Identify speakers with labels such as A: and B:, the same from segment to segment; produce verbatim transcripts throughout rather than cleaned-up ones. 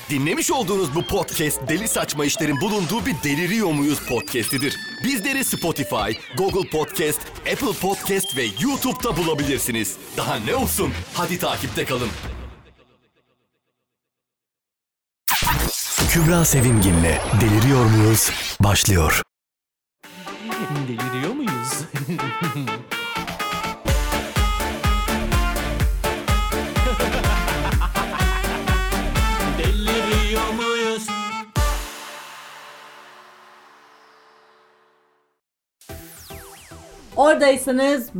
A: Dinlemiş olduğunuz bu podcast Deli Saçma İşlerin bulunduğu bir Deliriyor Muyuz podcastidir. Bizleri Spotify, Google Podcast, Apple Podcast ve YouTube'da bulabilirsiniz. Daha ne olsun? Hadi takipte kalın. Kübra Sevimgin'le Deliriyor Muyuz başlıyor.
B: Deliriyor muyuz? Deliriyor muyuz?
C: Oradaysanız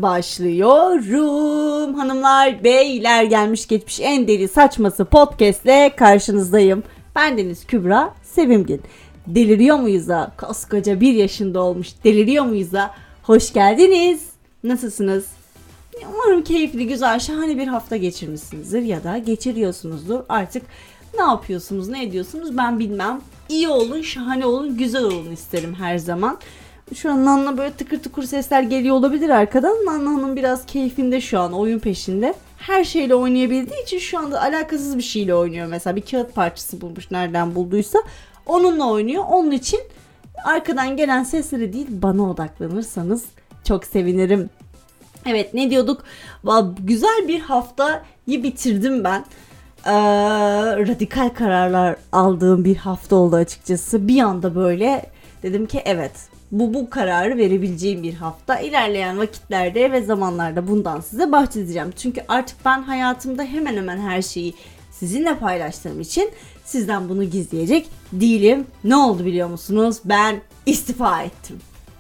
C: başlıyorum. Hanımlar, beyler, gelmiş geçmiş en deli saçması podcast'le karşınızdayım. Ben Deniz Kübra Sevimgin. Deliriyor muyuz'a, koskoca bir yaşında olmuş Deliriyor muyuz'a hoş geldiniz. Nasılsınız? Umarım keyifli, güzel, şahane bir hafta geçirmişsinizdir ya da geçiriyorsunuzdur. Artık ne yapıyorsunuz, ne ediyorsunuz ben bilmem. İyi olun, şahane olun, güzel olun isterim her zaman. Şu an Nanna böyle tıkır tıkır sesler geliyor olabilir arkadan. Nanna Hanım biraz keyfinde şu an, oyun peşinde. Her şeyle oynayabildiği için şu anda alakasız bir şeyle oynuyor. Mesela bir kağıt parçası bulmuş, nereden bulduysa onunla oynuyor. Onun için arkadan gelen sesleri değil, bana odaklanırsanız çok sevinirim. Evet, ne diyorduk? Güzel bir haftayı bitirdim ben. Ee, radikal kararlar aldığım bir hafta oldu açıkçası. Bir anda böyle dedim ki evet, bu bu kararı verebileceğim bir hafta. İlerleyen vakitlerde ve zamanlarda bundan size bahsedeceğim. Çünkü artık ben hayatımda hemen hemen her şeyi sizinle paylaştığım için sizden bunu gizleyecek değilim. Ne oldu biliyor musunuz? Ben istifa ettim.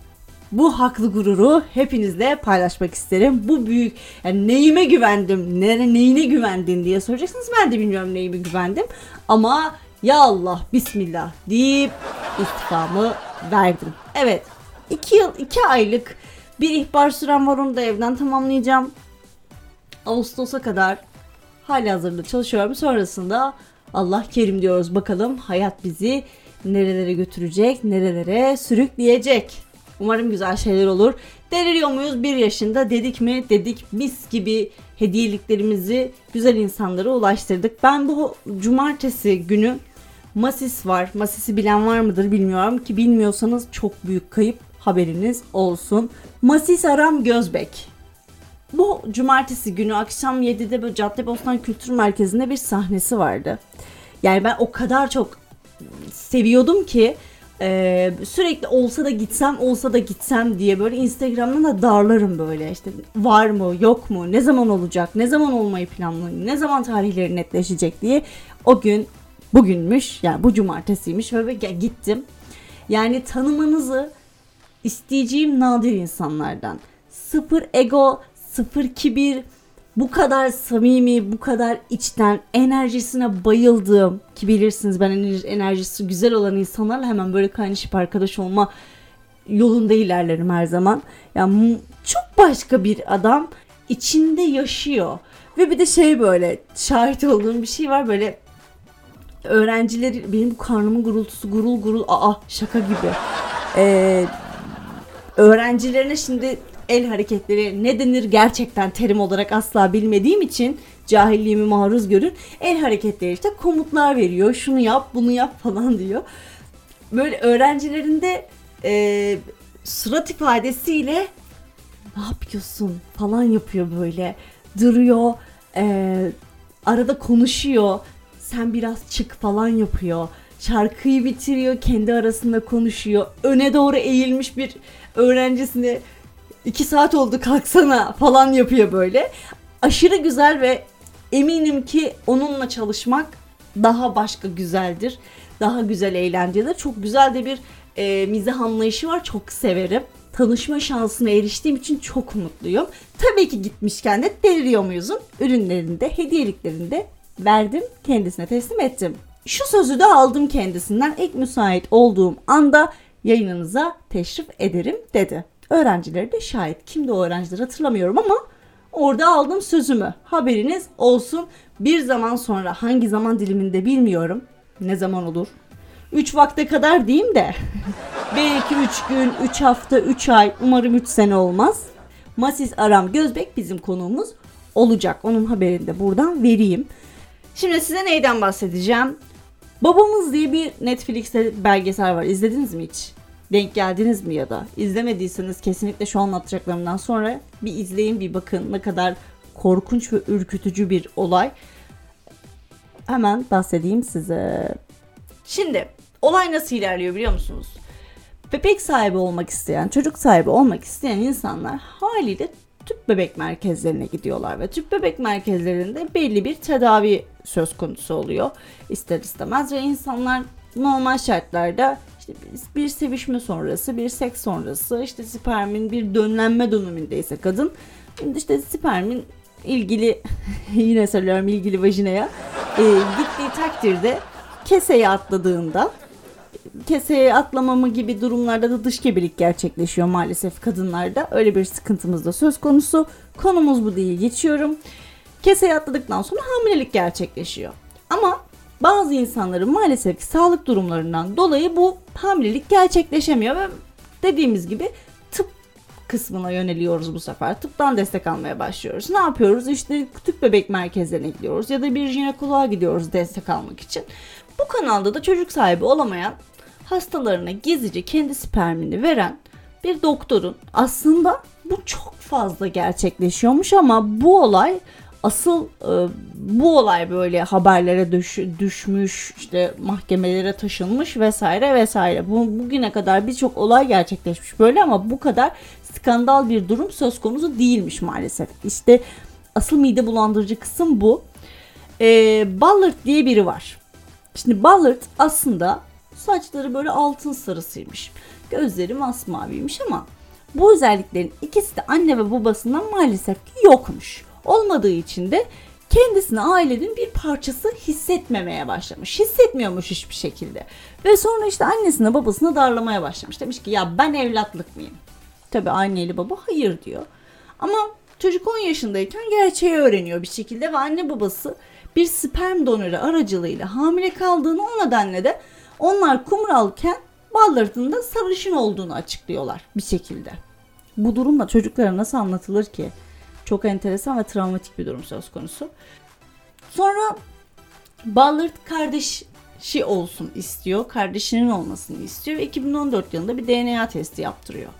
C: Bu haklı gururu hepinizle paylaşmak isterim. Bu büyük, yani neyime güvendim, ne, neyine güvendin diye soracaksınız. Ben de bilmiyorum neyime güvendim. Ama ya Allah, bismillah deyip istifamı verdim. Evet, iki yıl, iki aylık bir ihbar sürem var, onu da evden tamamlayacağım. Ağustos'a kadar halihazırda çalışıyorum. Sonrasında Allah kerim diyoruz, bakalım hayat bizi nerelere götürecek, nerelere sürükleyecek. Umarım güzel şeyler olur. Deliriyor muyuz? Bir yaşında dedik mi? Dedik. Mis gibi hediyeliklerimizi güzel insanlara ulaştırdık. Ben bu cumartesi günü Masis var. Masis'i bilen var mıdır bilmiyorum ki, bilmiyorsanız çok büyük kayıp, haberiniz olsun. Masis Aram Gözbek. Bu cumartesi günü akşam yedide böyle Caddebostan Kültür Merkezi'nde bir sahnesi vardı. Yani ben o kadar çok seviyordum ki Ee, sürekli olsa da gitsem olsa da gitsem diye böyle Instagram'dan da darlarım böyle, işte var mı yok mu, ne zaman olacak, ne zaman olmayı planlıyor, ne zaman tarihleri netleşecek diye. O gün bugünmüş, yani bu cumartesiymiş ve gittim. Yani tanımanızı isteyeceğim nadir insanlardan, sıfır ego, sıfır kibir, bu kadar samimi, bu kadar içten, enerjisine bayıldığım, ki bilirsiniz ben enerjisi güzel olan insanlarla hemen böyle kaynaşıp arkadaş olma yolunda ilerlerim her zaman. Yani çok başka bir adam, içinde yaşıyor. Ve bir de şey, böyle şahit olduğum bir şey var, böyle öğrencileri, benim bu karnımın gurultusu gurul gurul, aa şaka gibi. Ee, öğrencilerine şimdi el hareketleri ne denir gerçekten terim olarak asla bilmediğim için cahilliğimi maruz görün. El hareketleri işte komutlar veriyor. Şunu yap, bunu yap falan diyor. Böyle öğrencilerinde e, surat ifadesiyle ne yapıyorsun falan yapıyor böyle. Duruyor. E, arada konuşuyor. Sen biraz çık falan yapıyor. Şarkıyı bitiriyor. Kendi arasında konuşuyor. Öne doğru eğilmiş bir öğrencisine İki saat oldu kalksana falan yapıyor böyle. Aşırı güzel ve eminim ki onunla çalışmak daha başka güzeldir. Daha güzel, eğlencelidir. Çok güzel de bir e, mizah anlayışı var. Çok severim. Tanışma şansına eriştiğim için çok mutluyum. Tabii ki gitmişken de Deliriyor Muyuz'un ürünlerini de, hediyeliklerini de verdim. Kendisine teslim ettim. Şu sözü de aldım kendisinden. İlk müsait olduğum anda yayınınıza teşrif ederim dedi. Öğrencileri de şahit. Kimdi o öğrenciler hatırlamıyorum ama orada aldım sözümü. Haberiniz olsun. Bir zaman sonra, hangi zaman diliminde bilmiyorum. Ne zaman olur? üç vakte kadar diyeyim de. Belki üç gün, üç hafta, üç ay, umarım üç sene olmaz. Masis Aram Gözbek bizim konuğumuz olacak. Onun haberini de buradan vereyim. Şimdi size neyden bahsedeceğim? Babamız diye bir Netflix'te belgesel var. İzlediniz mi hiç? Denk geldiniz mi ya da? İzlemediyseniz kesinlikle şu anlatacaklarımdan sonra bir izleyin, bir bakın ne kadar korkunç ve ürkütücü bir olay. Hemen bahsedeyim size. Şimdi olay nasıl ilerliyor biliyor musunuz? Bebek sahibi olmak isteyen, çocuk sahibi olmak isteyen insanlar haliyle tüp bebek merkezlerine gidiyorlar ve tüp bebek merkezlerinde belli bir tedavi söz konusu oluyor ister istemez ve insanlar normal şartlarda işte bir sevişme sonrası, bir seks sonrası, işte spermin bir döllenme dönemindeyse kadın, işte spermin ilgili yine söylüyorum ilgili vajinaya e, gittiği takdirde keseye atladığında, keseye atlamamı gibi durumlarda da dış gebelik gerçekleşiyor maalesef kadınlarda. Öyle bir sıkıntımız da söz konusu. Konumuz bu değil, geçiyorum. Keseye atladıktan sonra hamilelik gerçekleşiyor. Ama bazı insanların maalesef ki sağlık durumlarından dolayı bu hamilelik gerçekleşemiyor ve dediğimiz gibi tıp kısmına yöneliyoruz bu sefer. Tıptan destek almaya başlıyoruz. Ne yapıyoruz? İşte tüp bebek merkezlerine gidiyoruz ya da bir jinekoloğa gidiyoruz destek almak için. Bu kanalda da çocuk sahibi olamayan, hastalarına gizlice kendi spermini veren bir doktorun, aslında bu çok fazla gerçekleşiyormuş ama bu olay asıl e, bu olay böyle haberlere düş, düşmüş, işte mahkemelere taşınmış vesaire vesaire. Bu, bugüne kadar birçok olay gerçekleşmiş böyle ama bu kadar skandal bir durum söz konusu değilmiş maalesef. İşte asıl mide bulandırıcı kısım bu. E, Ballard diye biri var. Şimdi Ballard aslında saçları böyle altın sarısıymış. Gözleri masmaviymiş ama bu özelliklerin ikisi de anne ve babasından maalesef ki yokmuş. Olmadığı için de kendisini ailenin bir parçası hissetmemeye başlamış. Hissetmiyormuş hiçbir şekilde. Ve sonra işte annesine babasına darlamaya başlamış. Demiş ki ya ben evlatlık mıyım? Tabii anneli baba hayır diyor. Ama çocuk on yaşındayken gerçeği öğreniyor bir şekilde ve anne babası bir sperm donörü aracılığıyla hamile kaldığını, o nedenle de onlar kumralken Ballard'ın da sarışın olduğunu açıklıyorlar bir şekilde. Bu durumla çocuklara nasıl anlatılır ki? Çok enteresan ve travmatik bir durum söz konusu. Sonra Ballard kardeşi olsun istiyor. Kardeşinin olmasını istiyor ve iki bin on dört yılında bir D N A testi yaptırıyor.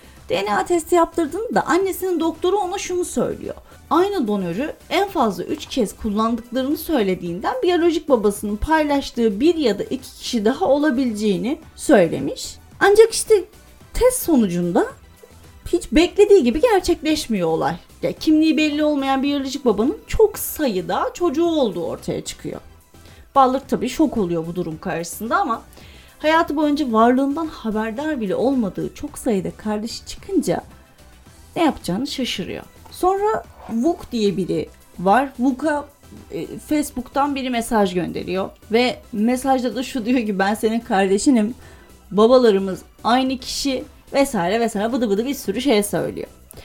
C: D N A testi yaptırdığında annesinin doktoru ona şunu söylüyor. Aynı donörü en fazla üç kez kullandıklarını söylediğinden biyolojik babasının paylaştığı bir ya da iki kişi daha olabileceğini söylemiş. Ancak işte test sonucunda hiç beklediği gibi gerçekleşmiyor olay. Ya, kimliği belli olmayan biyolojik babanın çok sayıda çocuğu olduğu ortaya çıkıyor. Ballard tabii şok oluyor bu durum karşısında ama hayatı boyunca varlığından haberdar bile olmadığı çok sayıda kardeşi çıkınca ne yapacağını şaşırıyor. Sonra Vuk diye biri var. Vuk'a e, Facebook'tan biri mesaj gönderiyor ve mesajda da şu diyor ki ben senin kardeşinim, babalarımız aynı kişi vesaire vesaire bıdı bıdı bir sürü şey söylüyor.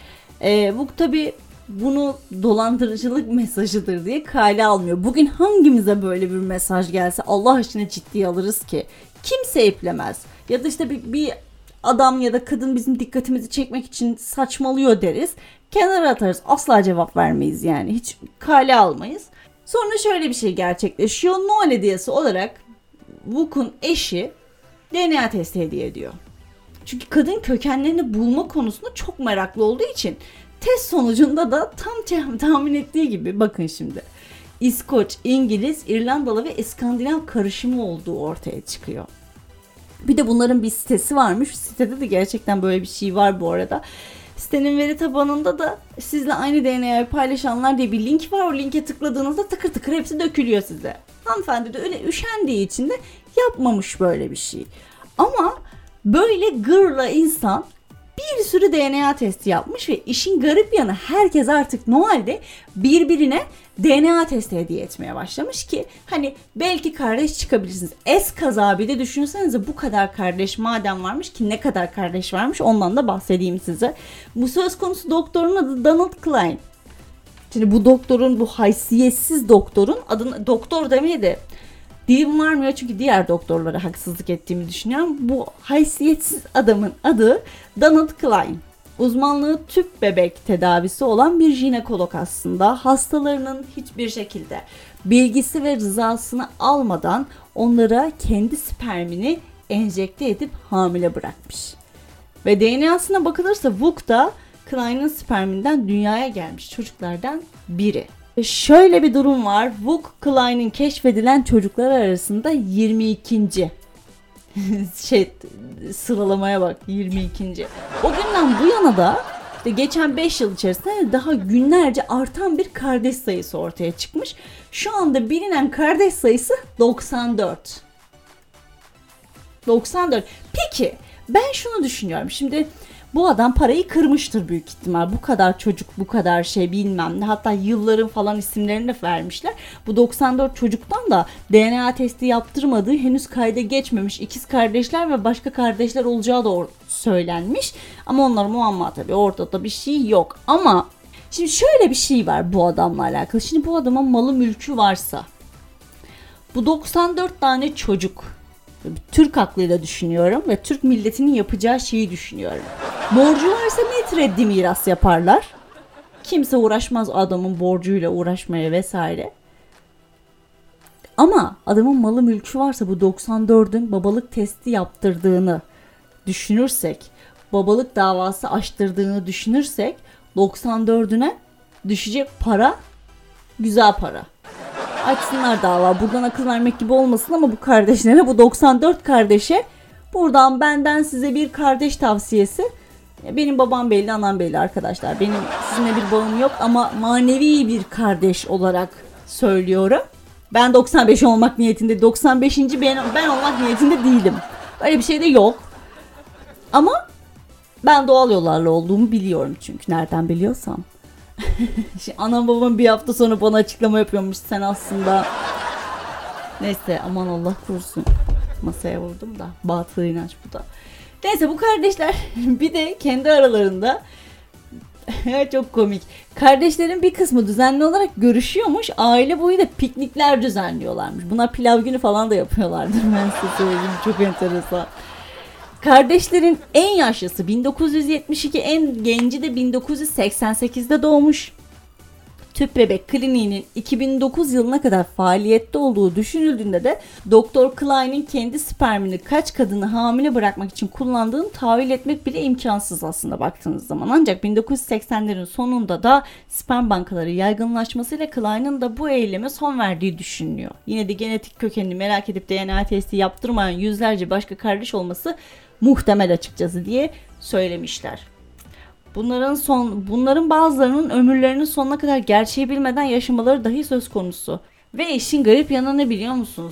C: E, Vuk tabi bunu dolandırıcılık mesajıdır diye kale almıyor. Bugün hangimize böyle bir mesaj gelse Allah aşkına ciddiye alırız ki? Kimse eplemez. Ya da işte bir, bir adam ya da kadın bizim dikkatimizi çekmek için saçmalıyor deriz. Kenara atarız. Asla cevap vermeyiz yani. Hiç kale almayız. Sonra şöyle bir şey gerçekleşiyor. Noel hediyesi olarak Vuk'un eşi D N A testi hediye ediyor. Çünkü kadın kökenlerini bulma konusunda çok meraklı olduğu için test sonucunda da tam tahmin ettiği gibi bakın şimdi İskoç, İngiliz, İrlandalı ve İskandinav karışımı olduğu ortaya çıkıyor. Bir de bunların bir sitesi varmış. Sitede de gerçekten böyle bir şey var bu arada. Sitenin veri tabanında da sizle aynı D N A'yı paylaşanlar diye bir link var. O linke tıkladığınızda tıkır tıkır hepsi dökülüyor size. Hanımefendi de öyle üşendiği için de yapmamış böyle bir şey. Ama böyle gırla insan bir sürü D N A testi yapmış ve işin garip yanı herkes artık Noel'de birbirine D N A testi hediye etmeye başlamış ki hani belki kardeş çıkabilirsiniz. Eskaza bir de düşünsenize bu kadar kardeş madem varmış ki ne kadar kardeş varmış ondan da bahsedeyim size. Bu söz konusu doktorun adı Donald Klein. Şimdi bu doktorun, bu haysiyetsiz doktorun adını doktor demeye de dilim varmıyor çünkü diğer doktorlara haksızlık ettiğimi düşünüyorum. Bu haysiyetsiz adamın adı Donald Klein. Uzmanlığı tüp bebek tedavisi olan bir jinekolog aslında. Hastalarının hiçbir şekilde bilgisi ve rızasını almadan onlara kendi spermini enjekte edip hamile bırakmış. Ve D N A'sına bakılırsa Vuk da Klein'in sperminden dünyaya gelmiş çocuklardan biri. Ve şöyle bir durum var. Vuk Klein'in keşfedilen çocuklar arasında yirmi ikinci şey sıralamaya bak, yirmi ikinci O günden bu yana da işte geçen beş yıl içerisinde daha günlerce artan bir kardeş sayısı ortaya çıkmış. Şu anda bilinen kardeş sayısı doksan dört. doksan dört. Peki ben şunu düşünüyorum. Şimdi bu adam parayı kırmıştır büyük ihtimal. Bu kadar çocuk, bu kadar şey bilmem ne. Hatta yılların falan isimlerini de vermişler. Bu doksan dört çocuktan da D N A testi yaptırmadığı, henüz kayda geçmemiş ikiz kardeşler ve başka kardeşler olacağı da söylenmiş. Ama onlar muamma tabii. Ortada bir şey yok. Ama şimdi şöyle bir şey var bu adamla alakalı. Şimdi bu adamın malı mülkü varsa, bu doksan dört tane çocuk, Türk aklıyla düşünüyorum ve Türk milletinin yapacağı şeyi düşünüyorum. Borcu varsa net reddi miras yaparlar. Kimse uğraşmaz adamın borcuyla uğraşmaya vesaire. Ama adamın malı mülkü varsa, bu doksan dördün babalık testi yaptırdığını düşünürsek, babalık davası açtırdığını düşünürsek, doksan dördüne düşecek para güzel para. Açsınlar dava. Buradan akıl vermek gibi olmasın ama bu kardeşlere, bu doksan dört kardeşe buradan benden size bir kardeş tavsiyesi. Benim babam belli, anam belli arkadaşlar. Benim sizinle bir bağım yok ama manevi bir kardeş olarak söylüyorum. Ben doksan beş olmak niyetinde, doksan beşinci ben, ben olmak niyetinde değilim. Öyle bir şey de yok. Ama ben doğal yollarla olduğumu biliyorum çünkü. Nereden biliyorsam. Şimdi anam babam bir hafta sonra bana açıklama yapıyormuş. Sen aslında... Neyse, aman Allah korusun. Masaya vurdum da. Batıl inanç bu da. Neyse, bu kardeşler bir de kendi aralarında çok komik. Kardeşlerin bir kısmı düzenli olarak görüşüyormuş. Aile boyu da piknikler düzenliyorlarmış. Buna pilav günü falan da yapıyorlardır. Ben size söyleyeyim. Çok enteresan. Kardeşlerin en yaşlısı bin dokuz yüz yetmiş iki, en genci de bin dokuz yüz seksen sekizde doğmuş. Tüp bebek kliniğinin iki bin dokuz yılına kadar faaliyette olduğu düşünüldüğünde de Doktor Klein'in kendi spermini kaç kadını hamile bırakmak için kullandığını tahvil etmek bile imkansız aslında baktığınız zaman. Ancak bin dokuz yüz seksenlerin sonunda da sperm bankaları yaygınlaşmasıyla Klein'in de bu eyleme son verdiği düşünülüyor. Yine de genetik kökenini merak edip D N A testi yaptırmayan yüzlerce başka kardeş olması muhtemel açıkçası diye söylemişler. Bunların son bunların bazılarının ömürlerinin sonuna kadar gerçeği bilmeden yaşamaları dahi söz konusu. Ve işin garip yanı ne biliyor musunuz?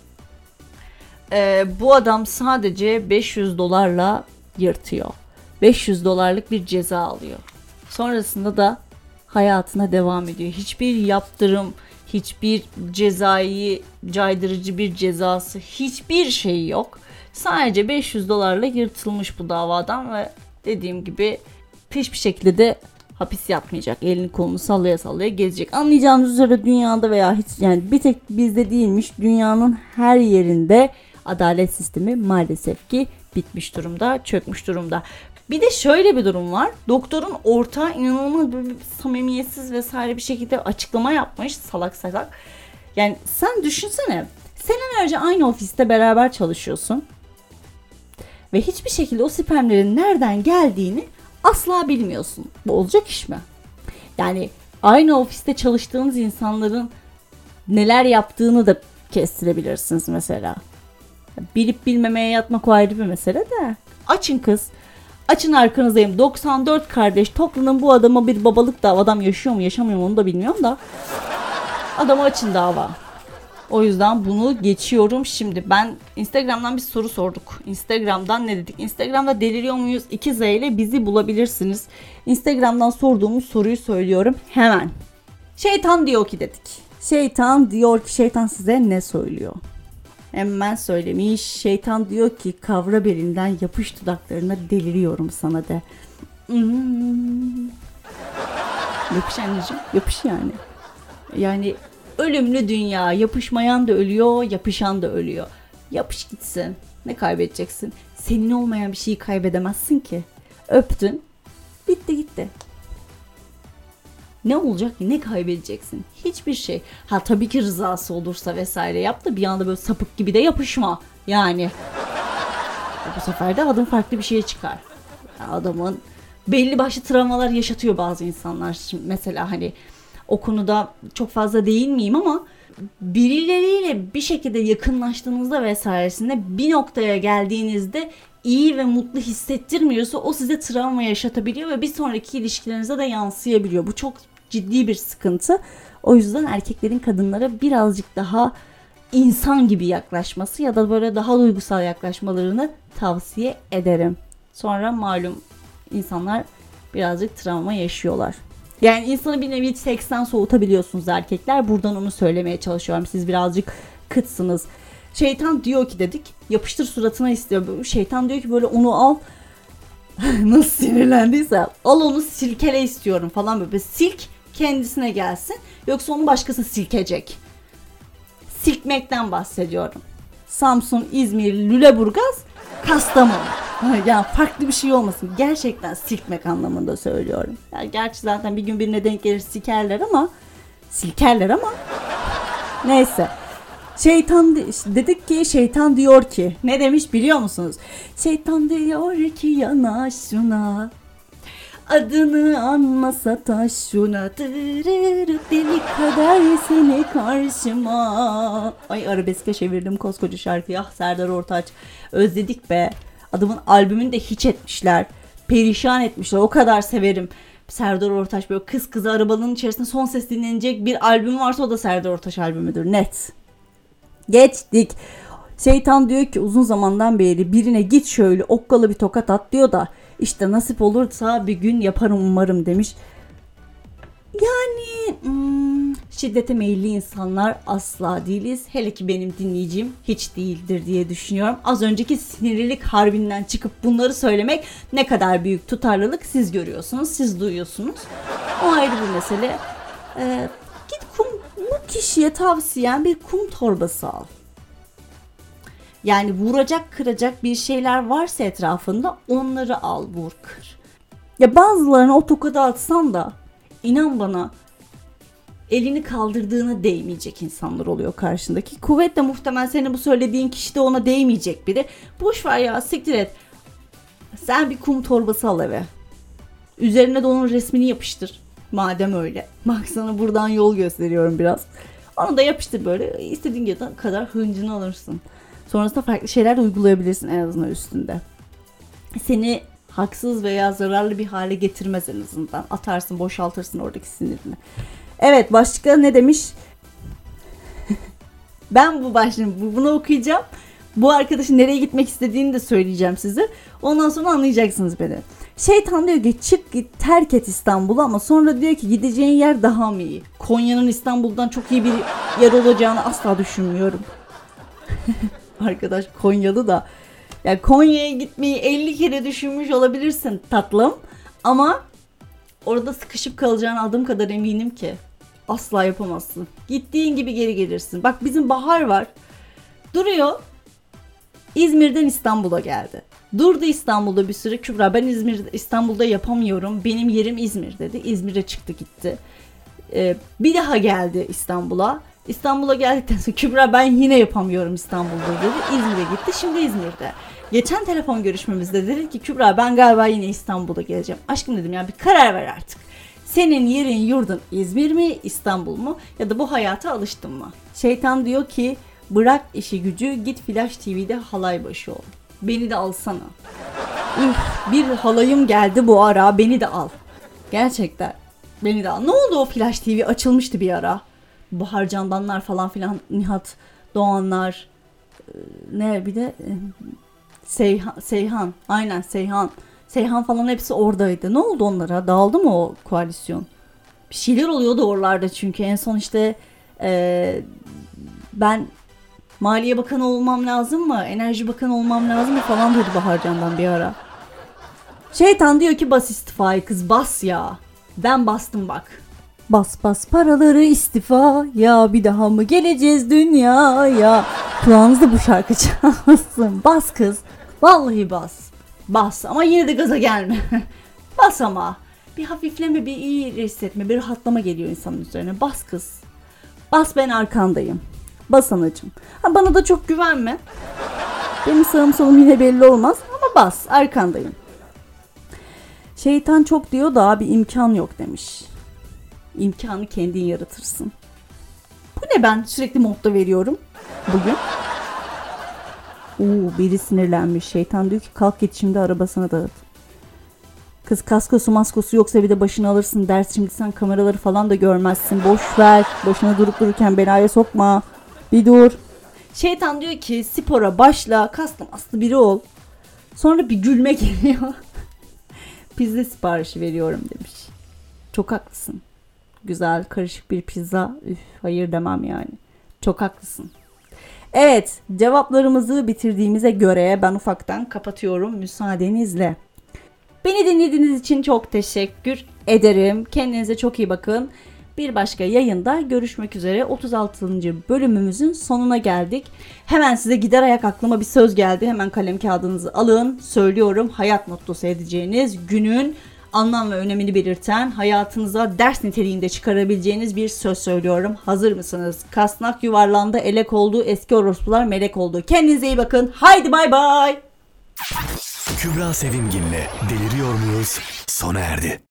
C: Ee, bu adam sadece beş yüz dolarla yırtıyor. beş yüz dolarlık bir ceza alıyor. Sonrasında da hayatına devam ediyor. Hiçbir yaptırım, hiçbir cezai caydırıcı bir cezası, hiçbir şey yok. Sadece beş yüz dolarla yırtılmış bu davadan ve dediğim gibi hiçbir şekilde de hapis yatmayacak. Elini kolunu sallaya sallaya gezecek. Anlayacağınız üzere dünyada veya hiç, yani bir tek bizde değilmiş, dünyanın her yerinde adalet sistemi maalesef ki bitmiş durumda, çökmüş durumda. Bir de şöyle bir durum var. Doktorun ortağı inanılmaz böyle samimiyetsiz vesaire bir şekilde açıklama yapmış, salak salak. Yani sen düşünsene, senelerce aynı ofiste beraber çalışıyorsun ve hiçbir şekilde o spermlerin nereden geldiğini asla bilmiyorsun. Bu olacak iş mi? Yani aynı ofiste çalıştığınız insanların neler yaptığını da kestirebilirsiniz mesela. Bilip bilmemeye yatmak o ayrı bir mesele de. Açın kız. Açın arkanızdayım. doksan dört kardeş toplanın, bu adama bir babalık dava. Adam yaşıyor mu yaşamıyor mu onu da bilmiyorum da. Adama açın dava. O yüzden bunu geçiyorum. Şimdi ben Instagram'dan bir soru sorduk. Instagram'dan ne dedik? Instagram'da deliriyor muyuz? iki Z ile bizi bulabilirsiniz. Instagram'dan sorduğumuz soruyu söylüyorum hemen. Şeytan diyor ki dedik. Şeytan diyor ki, şeytan size ne söylüyor? Hemen söylemiş. Şeytan diyor ki, kavra belinden yapış dudaklarına, deliriyorum sana de. Hmm. Yapış anneciğim, yapış yani. Yani ölümlü dünya, yapışmayan da ölüyor, yapışan da ölüyor. Yapış gitsin. Ne kaybedeceksin? Senin olmayan bir şeyi kaybedemezsin ki. Öptün, Bitti gitti. Ne olacak ki? Ne kaybedeceksin? Hiçbir şey. Ha tabii ki rızası olursa vesaire yap da bir anda böyle sapık gibi de yapışma. Yani. Bu sefer de adım farklı bir şeye çıkar. Yani adamın belli başlı travmalar yaşatıyor bazı insanlar. Şimdi mesela hani o konuda çok fazla değinmeyeyim ama birileriyle bir şekilde yakınlaştığınızda vesairesinde bir noktaya geldiğinizde iyi ve mutlu hissettirmiyorsa o size travma yaşatabiliyor ve bir sonraki ilişkilerinize de yansıyabiliyor. Bu çok ciddi bir sıkıntı. O yüzden erkeklerin kadınlara birazcık daha insan gibi yaklaşması ya da böyle daha duygusal yaklaşmalarını tavsiye ederim. Sonra malum insanlar birazcık travma yaşıyorlar. Yani insanı bir nevi seksten soğutabiliyorsunuz erkekler. Buradan onu söylemeye çalışıyorum. Siz birazcık kıtsınız. Şeytan diyor ki dedik, yapıştır suratına istiyor. Şeytan diyor ki böyle onu al. Nasıl sinirlendiyse al onu silkele istiyorum falan böyle. Silk kendisine gelsin. Yoksa onu başkası silkecek. Silkmekten bahsediyorum. Samsun, İzmir, Lüleburgaz, Kastamonu. Yani farklı bir şey olmasın. Gerçekten silkmek anlamında söylüyorum. Yani gerçi zaten bir gün birine denk gelir sikerler ama silkerler ama neyse. Şeytan dedik ki şeytan diyor ki ne demiş biliyor musunuz? Şeytan diyor ki yanaş şuna. Adını anmasa taş şuna. Deli kadar seni karşıma. Ay arabeske çevirdim koskoca şarkıyı. Ah Serdar Ortaç. Özledik be. Adamın albümünü de hiç etmişler. Perişan etmişler. O kadar severim. Serdar Ortaç böyle kız kızı arabanın içerisinde son ses dinlenecek bir albüm varsa o da Serdar Ortaç albümüdür. Net. Geçtik. Şeytan diyor ki uzun zamandan beri birine git şöyle okkalı bir tokat at diyor da işte nasip olursa bir gün yaparım umarım demiş. Yani hmm, şiddete meyilli insanlar asla değiliz. Hele ki benim dinleyicim hiç değildir diye düşünüyorum. Az önceki sinirlilik harbinden çıkıp bunları söylemek ne kadar büyük tutarlılık siz görüyorsunuz, siz duyuyorsunuz. O ayrı bir mesele. Ee, git kum, bu kişiye tavsiyen bir kum torbası al. Yani vuracak kıracak bir şeyler varsa etrafında onları al vur kır. Ya bazılarına o tokadı atsan da inan bana elini kaldırdığına değmeyecek insanlar oluyor karşındaki. Kuvvetle muhtemel senin bu söylediğin kişi de ona değmeyecek biri. Boş ver ya siktir et. Sen bir kum torbası al eve. Üzerine de onun resmini yapıştır. Madem öyle. Bak sana buradan yol gösteriyorum biraz. Onu da yapıştır böyle. İstediğin kadar hıncını alırsın. Sonrasında farklı şeyler de uygulayabilirsin en azından üstünde. Seni haksız veya zararlı bir hale getirmez en azından. Atarsın, boşaltırsın oradaki sinirini. Evet, başka ne demiş? Ben bu başlığım, bunu okuyacağım. Bu arkadaşın nereye gitmek istediğini de söyleyeceğim size. Ondan sonra anlayacaksınız beni. Şeytan diyor ki çık git terk et İstanbul'u ama sonra diyor ki gideceğin yer daha mı iyi? Konya'nın İstanbul'dan çok iyi bir yer olacağını asla düşünmüyorum. Arkadaş Konyalı da. Ya Konya'ya gitmeyi elli kere düşünmüş olabilirsin tatlım. Ama orada sıkışıp kalacağına adım kadar eminim ki. Asla yapamazsın. Gittiğin gibi geri gelirsin. Bak bizim Bahar var. Duruyor. İzmir'den İstanbul'a geldi. Durdu İstanbul'da bir süre. Kübra ben İzmir'de, İstanbul'da yapamıyorum. Benim yerim İzmir dedi. İzmir'e çıktı gitti. Ee, bir daha geldi İstanbul'a. İstanbul'a geldikten sonra Kübra ben yine yapamıyorum İstanbul'da dedi. İzmir'e gitti. Şimdi İzmir'de. Geçen telefon görüşmemizde dedi ki Kübra ben galiba yine İstanbul'a geleceğim. Aşkım dedim ya bir karar ver artık. Senin yerin yurdun İzmir mi İstanbul mu ya da bu hayata alıştın mı? Şeytan diyor ki bırak işi gücü git Flash T V'de halay başı ol. Beni de alsana. Üf, bir halayım geldi bu ara beni de al. Gerçekten beni de al. Ne oldu o Flash T V açılmıştı bir ara. Bahar Candanlar falan filan Nihat Doğanlar ne bir de Seyhan, Seyhan aynen Seyhan Seyhan falan hepsi oradaydı. Ne oldu onlara? Dağıldı mı o koalisyon? Bir şeyler oluyordu oralarda çünkü en son işte e, ben Maliye Bakanı olmam lazım mı? Enerji Bakanı olmam lazım mı falan dedi Bahar Candan bir ara. Şeytan diyor ki bas istifayı kız bas ya. Ben bastım bak. Bas bas paraları istifa ya bir daha mı geleceğiz dünyaya? Kulağınızda bu şarkı çalsın. Bas kız. Vallahi bas. Bas ama yine de gaza gelme. Bas ama. Bir hafifleme, bir iyi hissetme, bir rahatlama geliyor insanın üzerine. Bas kız. Bas, ben arkandayım. Bas anacığım. Ha, bana da çok güvenme. Benim sağım solum yine belli olmaz ama bas, arkandayım. Şeytan çok diyor da abi imkan yok demiş. İmkanı kendin yaratırsın. Bu ne, ben sürekli modda veriyorum bugün. Oo, biri sinirlenmiş. Şeytan diyor ki kalk git şimdi arabasını dağıt. Kız kaskosu maskosu yoksa bir de başını alırsın ders, şimdi sen kameraları falan da görmezsin. Boş ver. Başına durup dururken belaya sokma. Bir dur. Şeytan diyor ki spora başla, kaslı maslı biri ol. Sonra bir gülme geliyor. Pizza siparişi veriyorum demiş. Çok haklısın. Güzel karışık bir pizza. Üf, hayır demem yani. Çok haklısın. Evet, cevaplarımızı bitirdiğimize göre ben ufaktan kapatıyorum müsaadenizle. Beni dinlediğiniz için çok teşekkür ederim. Kendinize çok iyi bakın. Bir başka yayında görüşmek üzere. otuz altıncı bölümümüzün sonuna geldik. Hemen size gider ayak aklıma bir söz geldi. Hemen kalem kağıdınızı alın. Söylüyorum, hayat mottosu edeceğiniz, günün anlam ve önemini belirten, hayatınıza ders niteliğinde çıkarabileceğiniz bir söz söylüyorum. Hazır mısınız? Kasnak yuvarlandı, elek oldu, eski orospular melek oldu. Kendinize iyi bakın. Haydi bay bay.
A: Kübra Sevimgin'le Deliriyor Muyuz sona erdi.